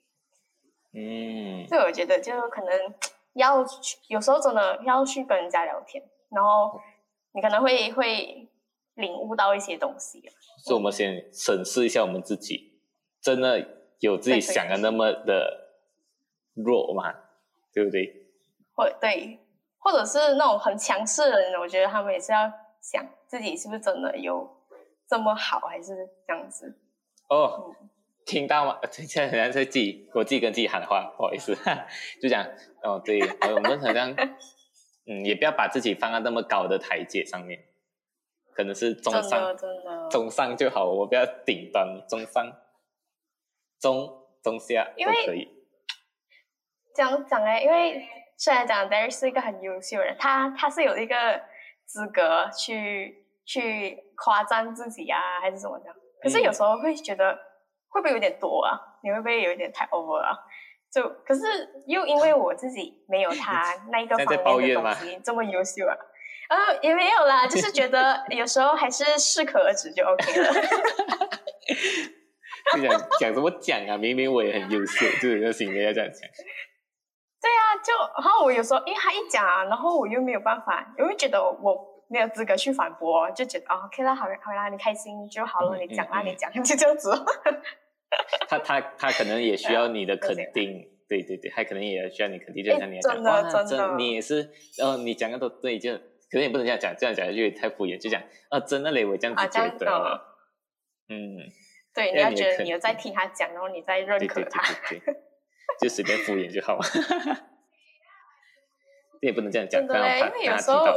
嗯，所以我觉得就可能要有时候真的要去跟人家聊天，然后你可能会会领悟到一些东西。 所以我们先审视一下我们自己，真的有自己想的那么的弱吗？对不对？ 或对，或者是那种很强势的人，我觉得他们也是要想自己是不是真的有这么好，还是这样子。 哦。嗯，听到吗？现在好像在自己，我自己跟自己喊的话，不好意思，就讲哦，对，我们好像，嗯，也不要把自己放在那么高的台阶上面，可能是中上，中上就好，我不要顶端，中上，中中下都可以。 这样讲哎，因为虽然讲 Derek 是一个很优秀的人，他他是有一个资格去去夸赞自己啊，还是什么这样，可是有时候会觉得。嗯会不会有点多啊？你会不会有一点太 over 啊？就可是又因为我自己没有他那一个方面的东西这么优秀啊，呃也没有啦，就是觉得有时候还是适可而止就 OK 了。 就讲讲什么讲啊？明明我也很优秀，就是那心里要这样讲。 对啊，就然后我有时候因为他一讲啊，然后我又没有办法，我会觉得我没有资格去反驳，就觉得哦 OK 啦，好好啦，你开心就好了，嗯、你讲啦，嗯、你讲就这样子。 他他他可能也需要你的肯定，对对对，他可能也需要你肯定，就像你讲，哇，真你也是，呃，你讲的都对，就可能也不能这样讲，这样讲就太敷衍，就讲啊，真的嘞，我这样子觉得，啊、嗯， 对，你要觉得你有在听他讲，然后你在认可他， 对对对对对就随便敷衍就好。 这也不能这样讲， 真的嘞，因为有时候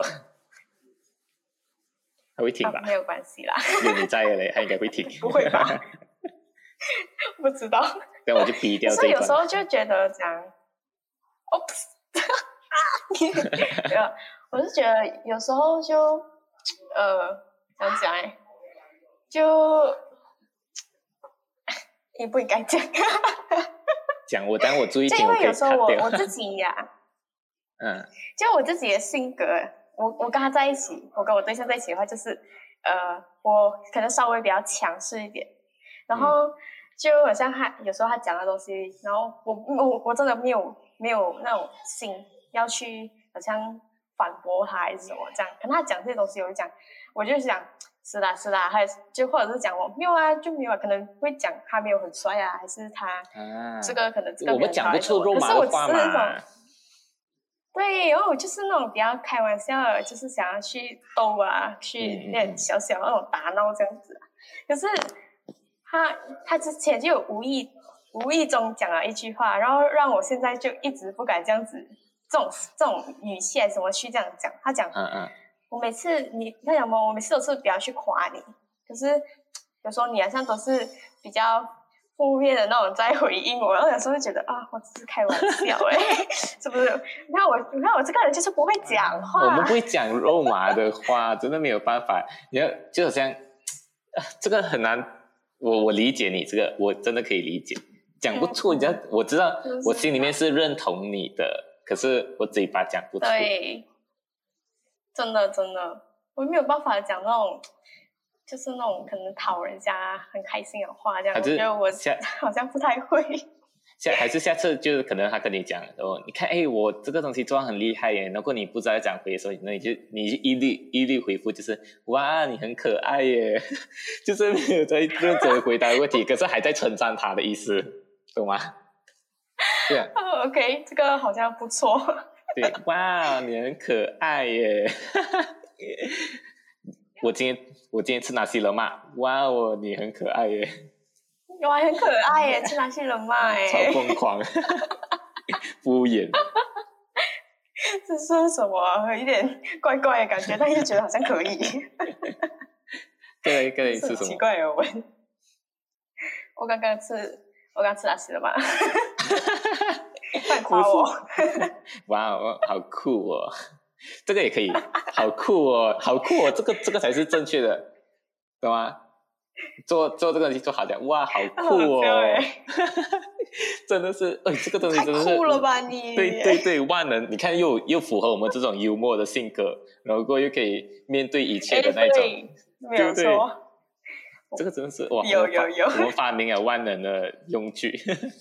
他会听吧、 哦？没有关系啦， 有你在的嘞，他应该会听。 不会吧？不知道。 那我就逼掉这一段。 所以有时候就觉得讲 ，oops， 没有，我是觉得有时候就呃，怎么讲哎，就也不应该讲。 讲我当我注意听， 就因为有时候我我我自己呀、啊， 嗯， 就我自己的性格，我我跟他在一起，我跟我对象在一起的话，就是呃，我可能稍微比较强势一点，然后就好像他有时候他讲的东西，然后我我我真的没有没有那种心要去好像反驳他还是什么这样，可能他讲这些东西，我就讲，我就想是啦是啦，还就或者是讲我没有啊就没有啊，可能会讲他没有很帅啊，还是他、 啊、 这个可能这个我们讲不出肉麻的话嘛。 对，然后我就是那种比较开玩笑的，就是想要去逗啊，去那种小小那种打闹这样子、啊。可是他他之前就有无意无意中讲了一句话，然后让我现在就一直不敢这样子，这种这种语气还是什么去这样讲。他讲， 嗯嗯， 我每次你他讲嘛，我每次都是比较去夸你，可是有时候你好像都是比较负面的那种在回应我，然后有时候会觉得啊，我只是开玩笑哎、欸，是不是？你看我，你看我这个人就是不会讲话， 我们不会讲肉麻的话，真的没有办法。你要就好像、啊、这个很难，我我理解你这个，我真的可以理解，讲不出，你知道，我知道我心里面是认同你的，可是我嘴巴讲不出。 对，真的真的，我没有办法讲那种。就是那种可能讨人家很开心的话，这样我觉得我好像不太会。 下还是下次就是可能他跟你讲哦，你看哎，我这个东西做得很厉害耶，如果你不知道讲回的时候，那你就你一律一律回复就是哇你很可爱耶，就是没有在认真回答问题，可是还在称赞他的意思，懂吗？对啊。 oh, OK， 这个好像不错。 对，哇你很可爱耶。我今天我今天吃哪西了嘛？哇哦，你很可爱耶！ 哇，很可爱耶，吃哪西了嘛？哎， 超疯狂，敷衍。 这是什么？有一点怪怪的感觉，但又觉得好像可以。 对，刚才吃什么？ 奇怪的问。我刚刚吃，我刚吃哪西了嘛？快夸我！ 哇哦，好酷哦！这个也可以，好酷哦，好酷哦，这个这个才是正确的，懂吗？做做这个东西做好点，哇，好酷哦！真的是，哎，这个东西真的是太酷了吧你！ 对对对，万能，你看又又符合我们这种幽默的性格，然后又可以面对一切的那种， 没有错。 这个真的是哇， 有有有， 我们发明了万能的用具。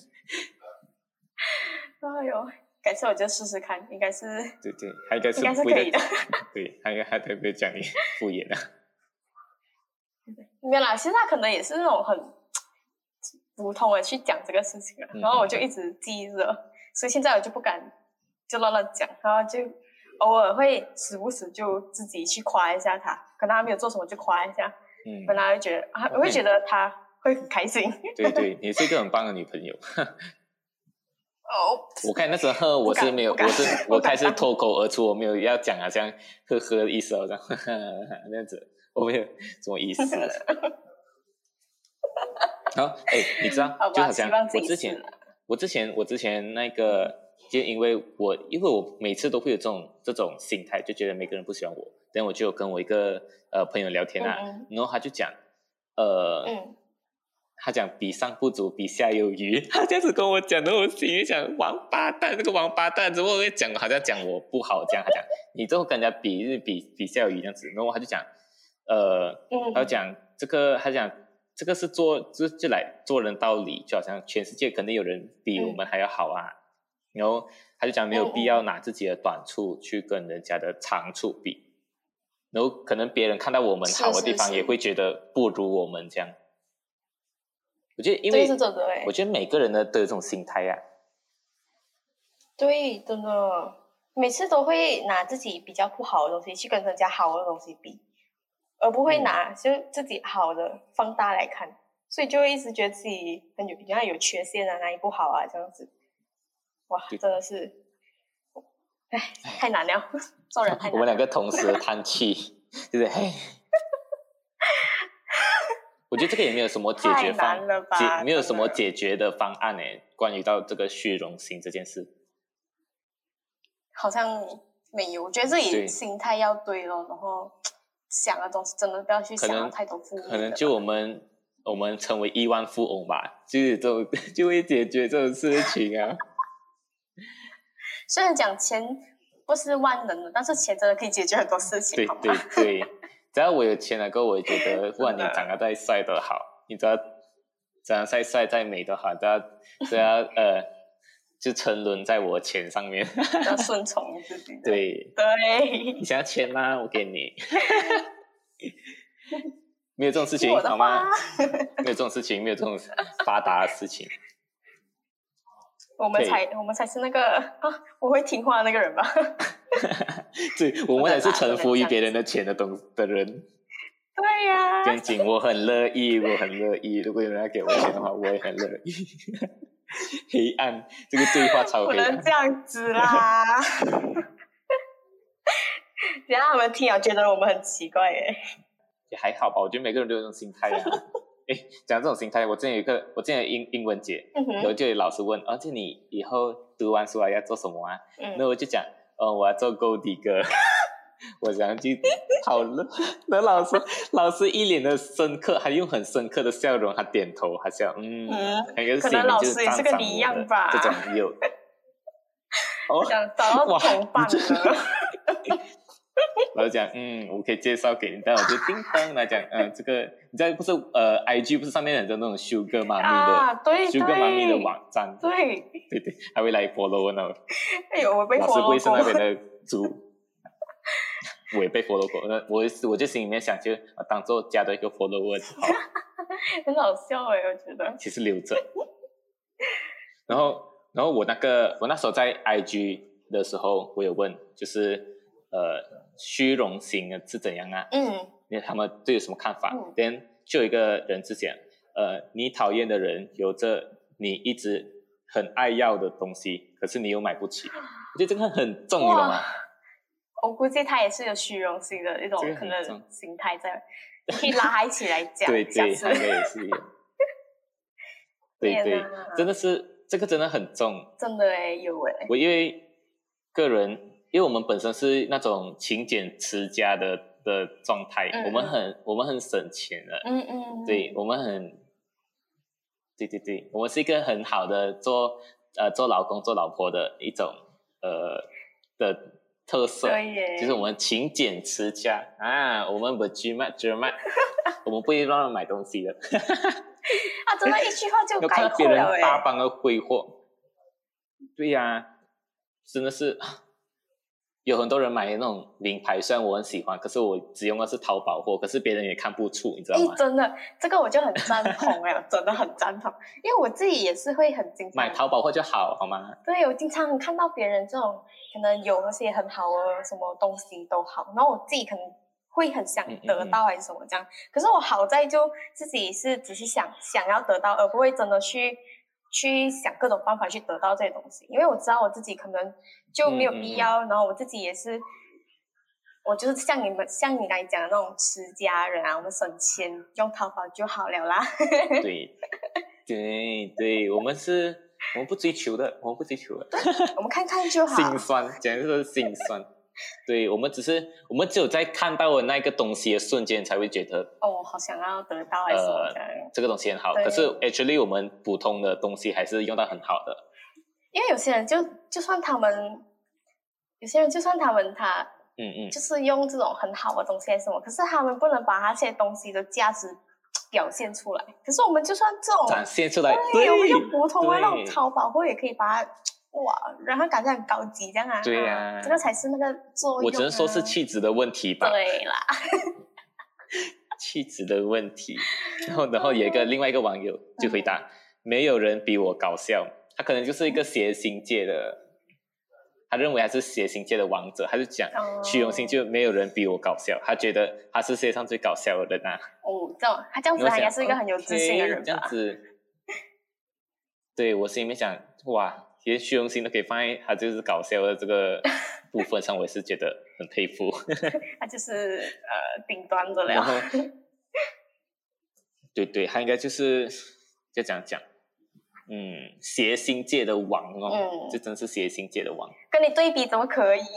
哎呦！改次我就试试看，应该是对对，还应该是应该是可以的。 对，还还特别讲你敷衍啊。 没有啦，其实他可能也是那种很普通的去讲这个事情了，然后我就一直记着，所以现在我就不敢就乱乱讲，然后就偶尔会时不时就自己去夸一下他，可能他没有做什么就夸一下，嗯，本来会觉得啊，我会觉得他会很开心。 对对，你是一个很棒的女朋友。 哦， 我看那时候我是没有，我是我开始脱口而出，我没有要讲好像呵呵的意思，好像呵呵那样子，我没有什么意思。然后哎，你知道，就好像我之前，我之前我之前那个，就因为我因为我每次都会有这种这种心态，就觉得每个人不喜欢我，然后我就有跟我一个呃朋友聊天啊，嗯、然后他就讲，呃。嗯他讲比上不足，比下有余。他这样子跟我讲的，我心里想，王八蛋，这个王八蛋怎么会讲，好像讲我不好这样。他讲你之后跟人家比，是比比下有余这样子。然后他就讲，呃，他就讲这个，他讲这个是做就就来做人道理，就好像全世界肯定有人比我们还要好啊。然后他就讲没有必要拿自己的短处去跟人家的长处比，然后可能别人看到我们好的地方，也会觉得不如我们这样。我觉得，因为我觉得每个人呢都有这种心态啊。 对，真的，每次都会拿自己比较不好的东西去跟人家好的东西比，而不会拿就自己好的放大来看，所以就会一直觉得自己很有比较有缺陷啊，哪里不好啊这样子。哇，真的是唉，太难了，做人太难了。 我们两个同时叹气，就是嘿。我觉得这个也没有什么解决方解，没有什么解决的方案呢。关于到这个虚荣心这件事， 好像没有。我觉得自己心态要对咯，然后想的东西真的不要去想太多负面的。 可能就我们我们成为亿万富翁吧，就是这种就会解决这种事情啊。 虽然讲钱不是万能的，但是钱真的可以解决很多事情。 对对对。只要我有钱了过后，我觉得不管你长得再帅都好，你只要长得再帅再美都好，都要都要呃，就沉沦在我钱上面， 要顺从自己。 对对， 你想要钱吗？我给你。没有这种事情好吗？没有这种事情，没有这种发达的事情。 我们才我们才是那个啊，我会听话的那个人吧。 对，我们才是臣服于别人的钱的东的人。 对呀、啊， 赶紧，我很乐意，我很乐意。如果有人要给我钱的话，我也很乐意。黑暗，这个对话超黑暗。 不能这样子啦！等下他们听了觉得我们很奇怪耶。 也还好吧，我觉得每个人都有这种心态啊。哎，讲这种心态，我之前有一个，我之前有英英文节， 嗯、 然后就有老师问，而、哦、且你以后读完书了要做什么啊？ 嗯， 那我就讲，哦，我要做 gold digger。我想去讨论，那老师老师一脸的深刻，还用很深刻的笑容，他点头，他笑，嗯， 嗯那可能老师也是跟你一样吧， 这种有， 哦，想找到同伴了。 我就讲，嗯，我可以介绍给你，但我就叮当来讲，嗯，这个你知道不是呃 ，I G 不是上面很多那种 Sugar 妈咪的、 啊、对 Sugar 妈咪的网站， 对对对，还会来 follow 呢。 哎呦，我被 follow 过。老师不会是那边的猪。我也被 follow 过，那我我就心里面想就当做加多一个 follower 就好。 很好笑哎，我觉得。 其实留着。然后，然后我那个我那时候在 I G 的时候，我有问，就是呃虚荣心是怎样啊？ 嗯。 他们对有什么看法？ 嗯。 then 就有一个人之前，呃，你讨厌的人有着你一直很爱要的东西，可是你又买不起。我觉得这个很重，你懂吗？ 我估计他也是有虚荣心的一种可能心态在，可以拉他一起来讲。 对对，他应该也是有。对对，真的是这个真的很重。 真的哎，有哎。 我因为个人，因为我们本身是那种勤俭持家的的状态， 嗯嗯我们很我们很省钱的。 嗯嗯。 对，我们很，对对对，我们是一个很好的做呃做老公做老婆的一种呃的。特色就是我们勤俭持家啊，我们不居卖居卖，我们不会乱乱买东西的。 啊，真的，一句话就概括了。 看别人大方的挥霍，对呀、啊，真的是有很多人买那种名牌，虽然我很喜欢，可是我只用的是淘宝货，可是别人也看不出，你知道吗？ 真的，这个我就很赞同哎，真的很赞同，因为我自己也是会很经常买淘宝货就好，好吗？ 对，我经常看到别人这种可能有那些很好的什么东西都好，然后我自己可能会很想得到还是什么这样，嗯嗯嗯，可是我好在就自己是只是想想要得到，而不会真的去去想各种办法去得到这些东西，因为我知道我自己可能就没有必要，嗯嗯嗯，然后我自己也是，我就是像你们像你刚才讲的那种持家人啊，我们省钱用淘宝就好了啦。 对对对，我们是我们不追求的，我们不追求的， 我们看看就好。 心酸，简直是心酸。对，我们只是我们只有在看到的那个东西的瞬间才会觉得哦，好想要得到还是什么的、 呃、这个东西很好，可是 actually 我们普通的东西还是用到很好的。 因为有些人就就算他们有些人就算他们他嗯嗯， 就是用这种很好的东西还是什么，可是他们不能把那些东西的价值表现出来。可是我们就算这种展现出来， 对，对我们用普通的那种淘宝货也可以把它哇，让它感觉很高级这样啊。 对呀、啊， 这个才是那个作用、啊。 我只能说是气质的问题吧。 对啦， 气质的问题。然后，然后有一个另外一个网友就回答：嗯、没有人比我搞笑。他可能就是一个谐星界的，他认为他是谐星界的王者，他就讲虚荣心就没有人比我搞笑，他觉得他是世界上最搞笑的人啊。 哦，这样他这样子，他应该是一个很有自信的人吧？ 这样子，对我心里面想，哇， 连虚荣心都可以放在他就是搞笑的这个部分上，我也是觉得很佩服。 他就是呃顶端的了。 然后，对对，他应该就是就这样讲，嗯，谐星界的王哦，嗯，这真是谐星界的王。 跟你对比怎么可以？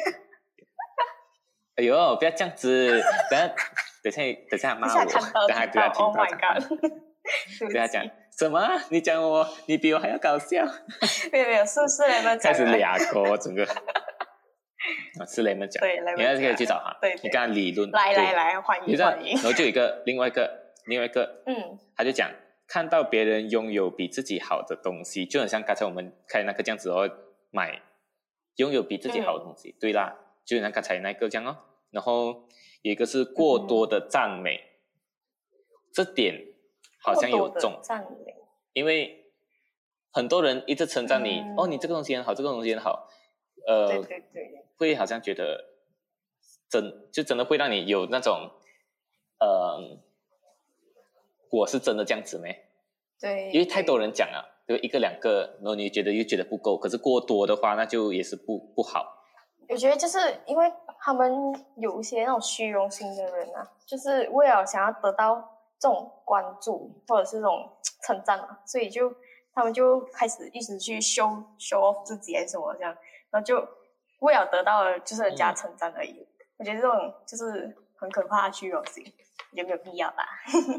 哎呦，不要这样子，等下等下等下骂我，等下对他听到。 Oh my god！ 对他讲什么？你讲我，你比我还要搞笑。 没有没有，是是雷蒙讲的。 开始俩锅整个。是雷蒙讲， 对，雷蒙你还是可以去找他， 对对， 你跟他理论。 来来来，欢迎欢迎。 然后就有一个另外一个另外一个，嗯，他就讲看到别人拥有比自己好的东西，就很像刚才我们开那个这样子哦，买拥有比自己好的东西，嗯、对啦，就像刚才那个这样哦。然后有一个是过多的赞美，嗯、这点好像有中赞美， 因为很多人一直称赞你，嗯、哦，你这个东西很好，这个东西很好，呃， 对对对， 会好像觉得真就真的会让你有那种，呃，我是真的这样子没？ 对， 因为太多人讲了，就一个两个，然后你觉得又觉得不够，可是过多的话，那就也是不不好。 我觉得就是因为他们有一些那种虚荣心的人啊，就是为了想要得到这种关注或者是这种称赞嘛，所以就他们就开始一直去 show show off 自己还是什么这样，然后就为了得到就是人家称赞而已。嗯、我觉得这种就是很可怕的虚荣心，我觉得没有必要吧。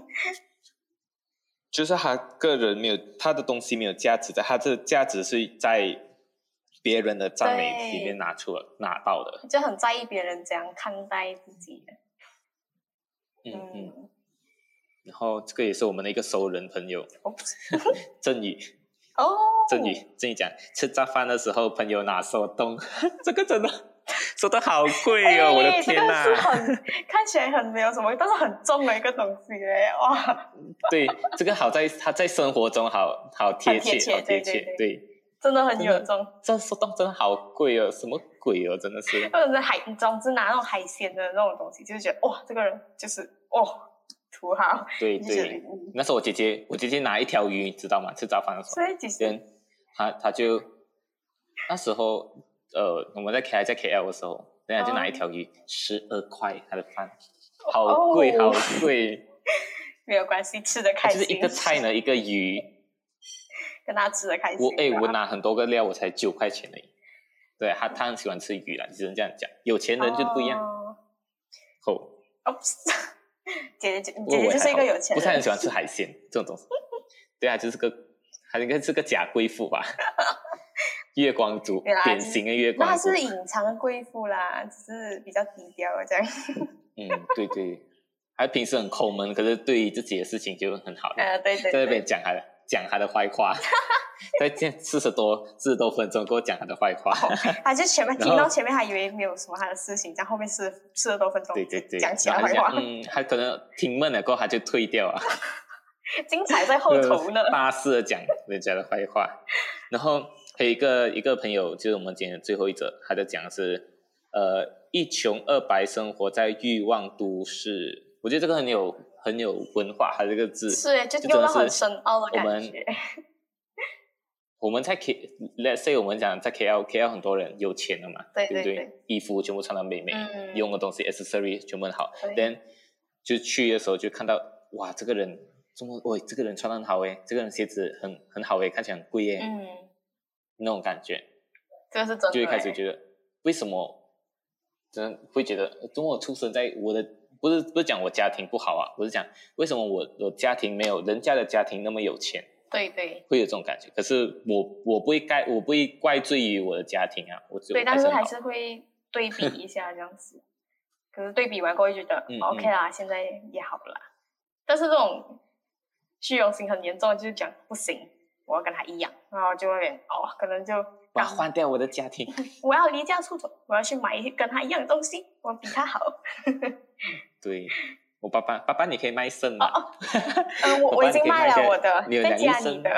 就是他个人没有他的东西没有价值的，他的价值是在别人的赞美里面拿出了拿到的， 就很在意别人怎样看待自己的。 嗯嗯。然后这个也是我们的一个熟人朋友， 哦、 郑宇。 哦。 郑宇，郑宇讲吃早饭的时候朋友拿手动，这个真的说的好贵哦，欸、我的天哪！ 这个是很看起来很没有什么，但是很重的一个东西哎，哇！ 对，这个好在他在生活中好好贴切， 贴好贴切， 对, 对, 对, 对， 真的很有重。 这手动真的好贵哦，什么鬼哦，真的是。 或者是海，总之拿那种海鲜的那种东西，就是觉得哇，这个人就是哦，土豪。 对对，那时候我姐姐，我姐姐拿一条鱼，你知道吗？吃早饭的时候， 所以其实她她就那时候呃，我们在 K L 在 K L 的时候，人家就拿一条鱼十二块，她的饭好贵、哦、好贵。 没有关系，吃的开心。 就是一个菜呢，一个鱼， 跟他吃的开心。 我哎，我拿很多个料，我才九块钱而已。对他，他很喜欢吃鱼啦，只能这样讲。有钱人就不一样。哦。 哦，姐姐姐姐就是一个有钱人， 不太很喜欢吃海鲜这种东西。对啊，就是个，还应该是个假贵妇吧。月光族，典型的月光族。 那他是隐藏的贵妇啦，只是比较低调这样。 嗯，对对。他平时很抠门，可是对于自己的事情就很好。 呃，对 对, 对， 在那边讲他的讲他的坏话，在这四十多四十多分钟给我讲他的坏话。 哦、他就前面听到前面还以为没有什么他的事情，然后后面四四十多分钟， 对对对， 讲起来坏话。 嗯，他可能听闷了过后他就退掉啊。 精彩在后头呢。 大肆的讲人家的坏话，然后还有一个一个朋友，就是我们今天的最后一则，他就讲的是呃一穷二白生活在欲望都市。我觉得这个很有很有文化，它这个字是就用到很深奥的感觉。 我们在 K，Let's say 我们讲在 K L，K L 很多人有钱了嘛， 对对对不对？ 衣服全部穿得美美， 嗯、 用的东西 accessory 全部很好。Then 就去的时候就看到，哇，这个人怎么，喂，这个人穿得很好诶，这个人鞋子很很好诶，看起来很贵诶， 嗯， 那种感觉， 这是真的。 就会开始觉得，为什么真的会觉得，怎么我出生在我的。不是不是讲我家庭不好啊，我是讲为什么我我家庭没有人家的家庭那么有钱， 对对， 会有这种感觉。可是我我不会怪我不会怪罪于我的家庭啊，我只有对，但是还是会对比一下这样子。可是对比完过后就觉得、嗯、OK 啦、嗯，现在也好了啦。但是这种虚荣心很严重，就是讲不行，我要跟他一样，然后就会哦，可能就我要换掉我的家庭， 我要离家出走，我要去买跟他一样的东西，我比他好。 对，我爸爸，爸爸你可以卖肾嘛？ 哦哦，嗯，我我已经卖了我的，再加你的，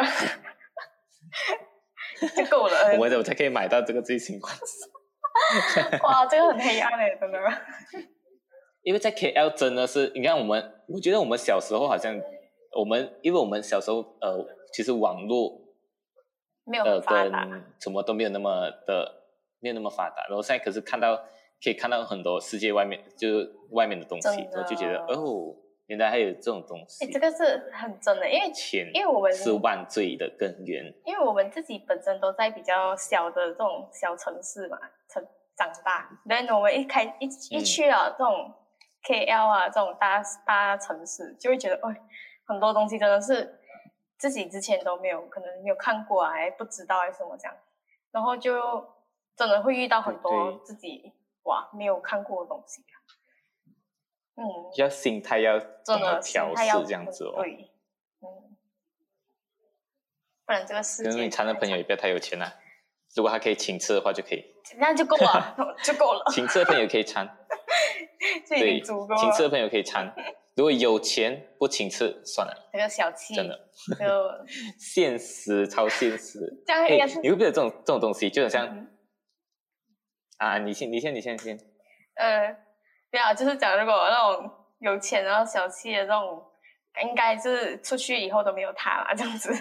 就够了。 我的我才可以买到这个最新款。 哇，这个很黑暗诶，真的。 因为在 K L 真的是，你看我们，我觉得我们小时候好像，我们因为我们小时候呃，其实网络没有呃很发达， 跟什么都没有那么的没有那么发达，然后现在可是看到可以看到很多世界外面就是外面的东西， 真的然后就觉得哦，原来还有这种东西。 诶这个是很真的，因为钱因为我们是万罪的根源。 因为我们自己本身都在比较小的这种小城市嘛，成长大，但我们一开一一去了这种 K L 啊这种大大城市，就会觉得，哎，很多东西真的是自己之前都没有可能没有看过啊，还不知道还是什么这样，然后就真的会遇到很多自己哇没有看过的东西啊。嗯， 要心态要真的调试这样子哦。 对，嗯，不然这个世界。 可是你谈的朋友也不要太有钱啊，如果他可以请吃的话就可以。 那就够了，就够了。 请吃的朋友可以掺， 这已经足够了。 请吃的朋友可以掺，如果有钱不请吃算了。 这个小气， 真的， 就现实超现实。 这样应该是、 欸、你会不会有这种这种东西，就很像、 嗯、 啊，你先，你先，你先，你先。 呃，对啊，就是讲如果那种有钱然后小气的这种，应该是出去以后都没有他啦，这样子。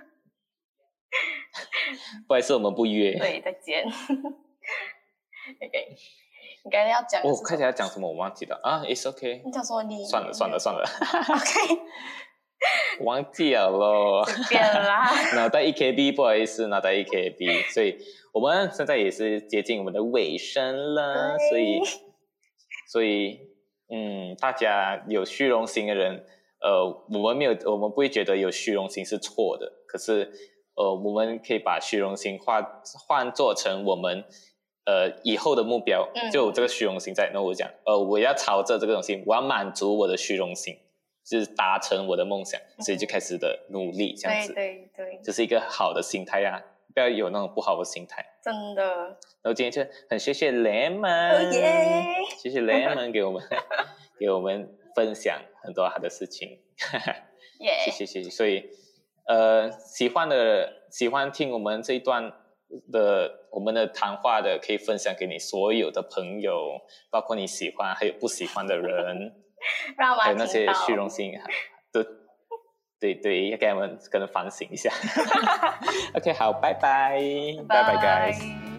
不好意思，我们不约。 对，再见。OK， 你刚才要讲哦，开始要讲什么我忘记了啊 ，It's OK。 你讲说你算了算了算了。 OK， 忘记了咯。 随便啦。 脑袋一 K B， 不好意思，脑袋一 K B。所以我们现在也是接近我们的尾声了，所以所以嗯，大家有虚荣心的人，呃，我们没有，我们不会觉得有虚荣心是错的，可是。呃，我们可以把虚荣心换换做成我们呃以后的目标，嗯、就有这个虚荣心在。那我讲，呃，我要朝着这个东西，我要满足我的虚荣心，就是达成我的梦想，嗯、所以就开始的努力，这样子。 对对对， 这是一个好的心态啊，不要有那种不好的心态。 真的。 然后今天就很谢谢 Lemon，、oh yeah、谢谢 Lemon 给我们给我们分享很多他的事情， yeah、 谢谢谢谢，所以。呃，喜欢的喜欢听我们这一段的我们的谈话的，可以分享给你所有的朋友，包括你喜欢还有不喜欢的人， 让还有那些虚荣心的，对对，要给他们可能反省一下。OK， 好，拜拜，拜拜 ，guys。